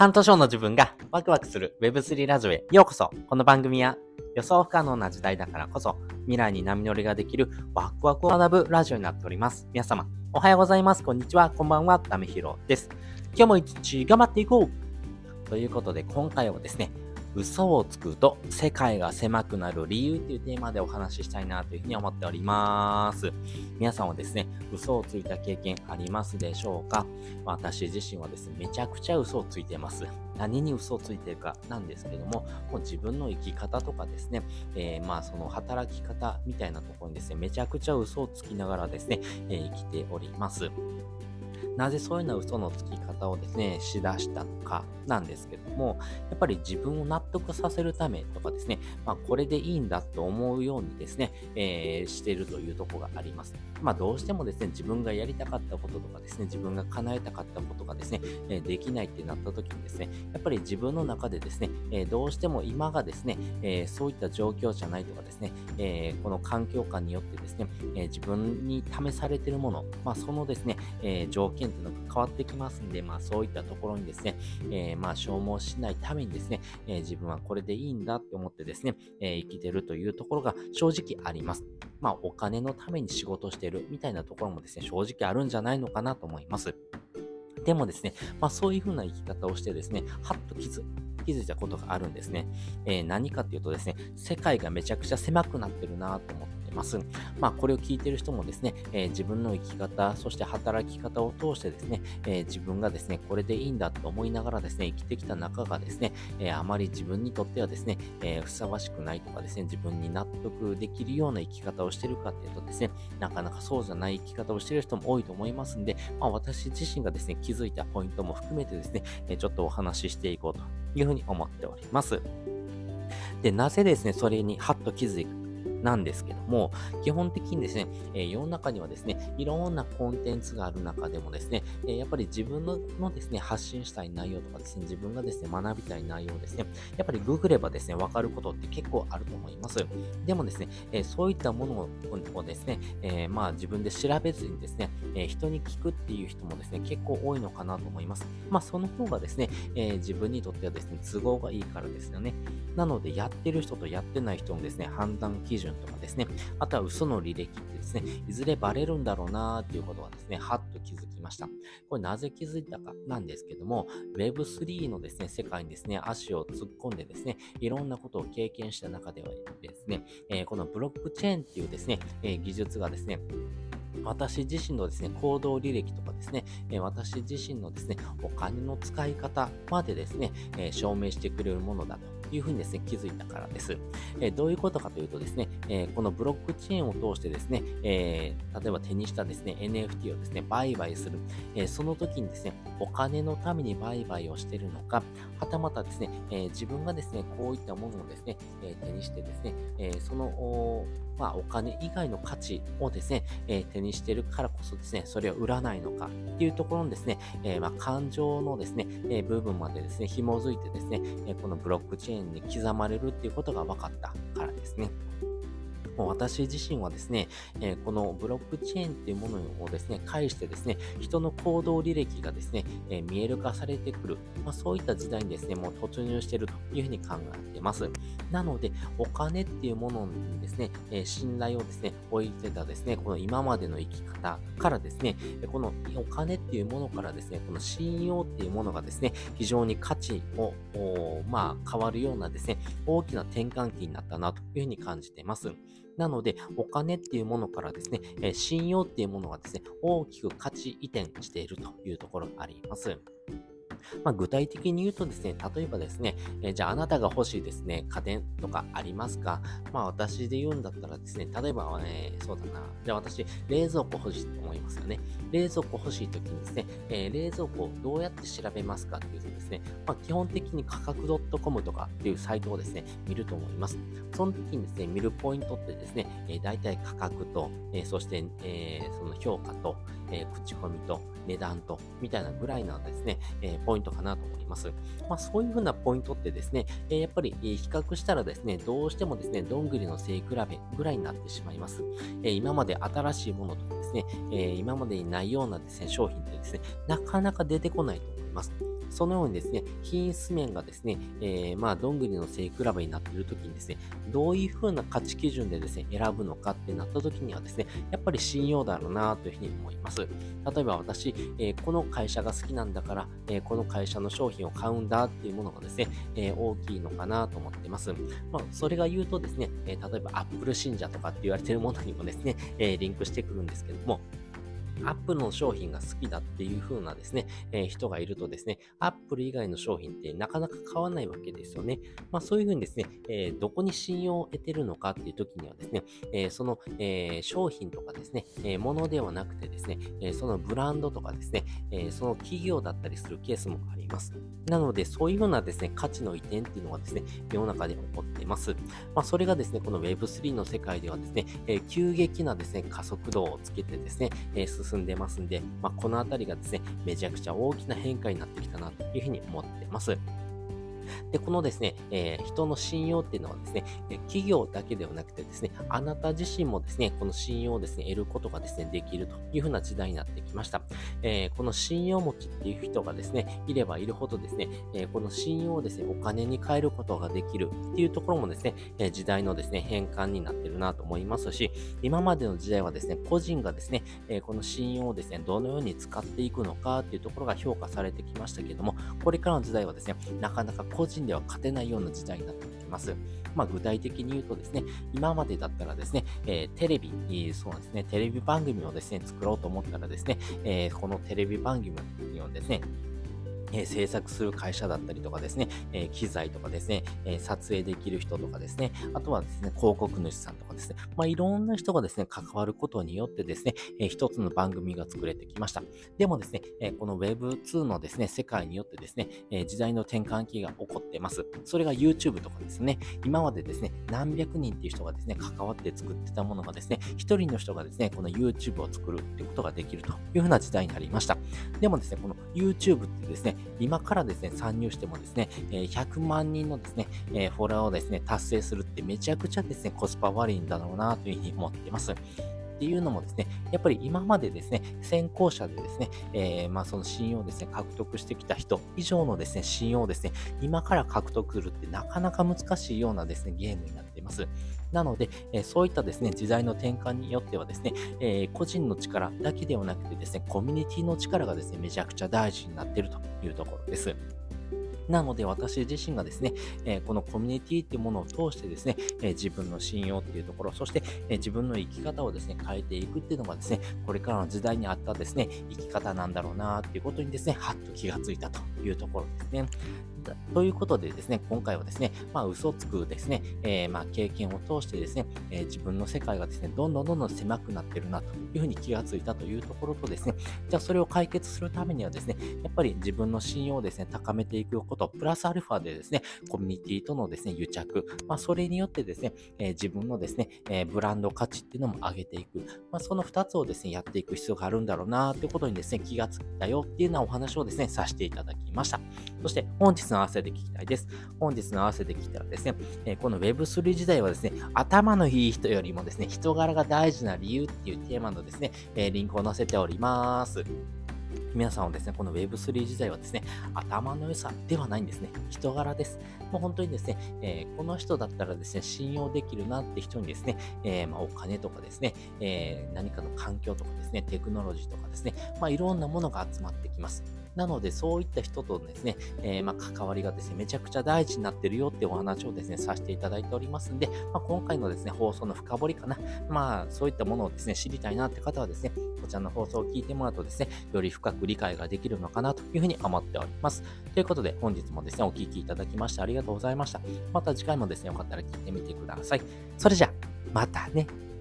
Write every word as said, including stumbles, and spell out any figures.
半年後の自分がワクワクする ウェブスリー ラジオへようこそ。この番組は予想不可能な時代だからこそ未来に波乗りができるワクワクを学ぶラジオになっております。皆様おはようございます。こんにちは。こんばんは。ためひろです。今日も一日頑張っていこうということで、今回はですね、嘘をつくと世界が狭くなる理由というテーマでお話ししたいなというふうに思っております。皆さんはですね、嘘をついた経験ありますでしょうか？私自身はですね、めちゃくちゃ嘘をついています。何に嘘をついているかなんですけども、もう自分の生き方とかですね、えー、まあその働き方みたいなところにですね、めちゃくちゃ嘘をつきながらですね、えー、生きております。なぜそういうような嘘のつき方をですね、しだしたのかなんですけども、やっぱり自分を納得させるためとかですね、まあこれでいいんだと思うようにですね、えー、しているというところがあります。まあどうしてもですね、自分がやりたかったこととかですね、自分が叶えたかったことがですね、えー、できないってなった時にですね、やっぱり自分の中でですね、えー、どうしても今がですね、えー、そういった状況じゃないとかですね、えー、この環境下によってですね、えー、自分に試されているもの、まあそのですね、えー、条件というのが変わってきますんで、まあそういったところにですね、えー、まあ消耗しないためにですね、えー、自分はこれでいいんだって思ってですね、えー、生きてるというところが正直あります。まあお金のために仕事してるみたいなところもですね、正直あるんじゃないのかなと思います。でもですね、まあそういう風な生き方をしてですね、はっと気づ気づいたことがあるんですね。えー、何かっていうとですね、世界がめちゃくちゃ狭くなってるなと思ってます。まあこれを聞いてる人もですね、えー、自分の生き方、そして働き方を通してですね、えー、自分がですね、これでいいんだと思いながらですね、生きてきた中がですね、えー、あまり自分にとってはですね、えー、ふさわしくないとかですね、自分に納得できるような生き方をしてるかっていうとですね、なかなかそうじゃない生き方をしている人も多いと思いますんで、まあ私自身がですね、気づいたポイントも含めてですね、えー、ちょっとお話ししていこうというふうに思っております。で、なぜですね、それにハッと気づいくなんですけども、基本的にですね、えー、世の中にはですね、いろんなコンテンツがある中でもですね、えー、やっぱり自分ののですね、発信したい内容とかですね、自分がですね、学びたい内容ですね、やっぱりググればですね、わかることって結構あると思います。でもですね、えー、そういったものをですね、えー、まあ自分で調べずにですね、えー、人に聞くっていう人もですね、結構多いのかなと思います。まあその方がですね、えー、自分にとってはですね、都合がいいからですよね。なので、やってる人とやってない人のですね、判断基準とかですね、あとは嘘の履歴ってですね、いずれバレるんだろうなーっていうことはですね、はっと気づきました。これなぜ気づいたかなんですけども、ウェブスリー のですね、世界にですね、足を突っ込んでですね、いろんなことを経験した中ではですね、えー、このブロックチェーンっていうですね、えー、技術がですね、私自身のですね、行動履歴とかですね、えー、私自身のですね、お金の使い方までですね、えー、証明してくれるものだと。いうふうにですね、気づいたからです。えー、どういうことかというとですね、えー、このブロックチェーンを通してですね、えー、例えば手にしたですね、エヌエフティー をですね、売買する。えー、その時にですね、お金のために売買をしているのか、はたまたですね、えー、自分がですね、こういったものをですね、えー、手にしてですね、えー、その、おまあ、お金以外の価値をですね、えー、手にしているからこそですね、それを売らないのかっていうところのですね、えー、まあ、感情のですね、えー、部分までですね、紐づいてですね、えー、このブロックチェーンに刻まれるっていうことが分かったからですね。もう私自身はですね、えー、このブロックチェーンっていうものをですね、介してですね、人の行動履歴がですね、えー、見える化されてくる、まあ、そういった時代にですね、もう突入しているというふうに考えています。なので、お金っていうものにですね、えー、信頼をですね、置いてたですね、この今までの生き方からですね、このお金っていうものからですね、この信用っていうものがですね、非常に価値を、まあ、変わるようなですね、大きな転換期になったなというふうに感じています。なので、お金っていうものからですね、えー、信用っていうものがですね、大きく価値移転しているというところがあります。まあ、具体的に言うとですね、例えばですね、えーじゃああなたが欲しいですね、家電とかありますか？まあ私で言うんだったらですね、例えば、えーそうだな、じゃあ私、冷蔵庫欲しいと思いますよね。冷蔵庫欲しいときにですね、えー冷蔵庫をどうやって調べますかっていうとですね、まあ基本的に価格 .com とかっていうサイトをですね、見ると思います。その時にですね、見るポイントってですね、えー、大体価格と、えーそして、えーその評価と、えー口コミと値段と、みたいなぐらいなんですね、えーポイントかなと思います。まあそういう風なポイントってですね、えーやっぱり、えー比較したらですね、どうしてもですね、どんぐりの背比べぐらいになってしまいます。えー今まで新しいものとかですね、えー今までにないようなですね、商品ってですね、なかなか出てこないと思います。 そのようにですね、品質面がですね、えー、まあ、どんぐりの背比べになっているときにですね、どういうふうな価値基準でですね、選ぶのかってなったときにはですね、やっぱり信用だろうなというふうに思います。例えば私、えーこの会社が好きなんだから、えーこの会社の商品を買うんだっていうものがですね、えー大きいのかなと思っています。まあ、それが言うとですね、えー例えば Apple 信者とかって言われているものにもですね、えーリンクしてくるんですけども、アップルの商品が好きだっていう風なですね、えー人がいるとですね、アップル以外の商品ってなかなか買わないわけですよね。まあそういう風にですね、えーどこに信用を得てるのかっていう時にはですね、えーその、えー商品とかですね、えーものではなくてですね、えーそのブランドとかですね、えーその企業だったりするケースもあります。なので、そういうようなですね、価値の移転っていうのがですね、世の中で起こっています。まあ、それがですね、この ウェブスリー の世界ではですね、えー急激なですね、加速度をつけてですね、えー進んでますんで、まあ、このあたりがですね、めちゃくちゃ大きな変化になってきたなというふうに思ってます。で、このですね、えー人の信用っていうのはですね、えー企業だけではなくてですね、あなた自身もですね、この信用をですね、得ることがですね、できるというふうな時代になってきました。えーこの信用持ちっていう人がですね、いればいるほどですね、えーこの信用をですね、お金に変えることができるっていうところもですね、えー時代のですね、変換になってるなと思いますし、今までの時代はですね、個人がですね、えーこの信用をですね、どのように使っていくのかっていうところが評価されてきましたけども、これからの時代はですね、なかなか個人では勝てないような時代になってきます。まあ、具体的に言うとですね、今までだったらですね、えーテレビ、えーそうなんですね、テレビ番組をですね、作ろうと思ったらですね、えーこのテレビ番組をですね、えー制作する会社だったりとかですね、えー機材とかですね、えー撮影できる人とかですね、あとはですね、広告主さんとかですね、まあ、いろんな人がですね、関わることによってですね、えー一つの番組が作れてきました。でもですね、えーこの ウェブツー のですね、世界によってですね、えー時代の転換期が起こっています。それが YouTube とかですね、今までですね、何百人っていう人がですね、関わって作ってたものがですね、一人の人がですね、この YouTube を作るっていうことができるというふうな時代になりました。でもですね、この YouTube ってですね、今からですね、参入してもですね、えーひゃくまん人のですね、えーフォロワーをですね、達成するってめちゃくちゃですね、コスパ悪いんだろうなというふうに思っています。っていうのもですね、やっぱり今までですね、先行者でですね、えーまあその信用をですね、獲得してきた人以上のですね、信用をですね、今から獲得するってなかなか難しいようなですね、ゲームになっています。なので、えーそういったですね、時代の転換によってはですね、えー個人の力だけではなくてですね、コミュニティの力がですね、めちゃくちゃ大事になっているというところです。なので私自身がですね、えーこのコミュニティっていうものを通してですね、えー自分の信用っていうところ、そして、えー自分の生き方をですね、変えていくっていうのがですね、これからの時代に合ったですね、生き方なんだろうなっていうことにですね、はっと気がついたというところですね。だということでですね、今回はですね、まあ嘘つくですね、えーまあ経験を通してですね、えー自分の世界がですね、どんどんどんどん狭くなってるなというふうに気がついたというところとですね、じゃあそれを解決するためにはですね、やっぱり自分の信用をですね、高めていくこと、プラスアルファでですね、コミュニティとのですね、癒着、まあ、それによってですね、えー自分のですね、えーブランド価値っていうのも上げていく、まあ、そのふたつをですね、やっていく必要があるんだろうなということにですね、気がついたよっていうようなお話をですね、させていただきました。そして本日の合わせで聞きたいです。本日の合わせで聞いたらですね、えーこの ウェブスリー 時代はですね、頭のいい人よりもですね、人柄が大事な理由っていうテーマのですね、えーリンクを載せております。皆さんはですね、この ウェブスリー 時代はですね、頭の良さではないんですね。人柄です。もう本当にですね、えーこの人だったらですね、信用できるなって人にですね、えーまあ、お金とかですね、えー何かの環境とかですね、テクノロジーとかですね、まあ、いろんなものが集まってきます。なので、そういった人とですね、えーまあ、関わりがですね、めちゃくちゃ大事になってるよってお話をですね、させていただいておりますんで、まあ、今回のですね、放送の深掘りかな、まあ、そういったものをですね、知りたいなって方はですね、こちらの放送を聞いてもらうとですね、より深く理解ができるのかなというふうに思っております。ということで、本日もですね、お聞きいただきましてありがとうございました。また次回もですね、よかったら聞いてみてください。それじゃあ、またね。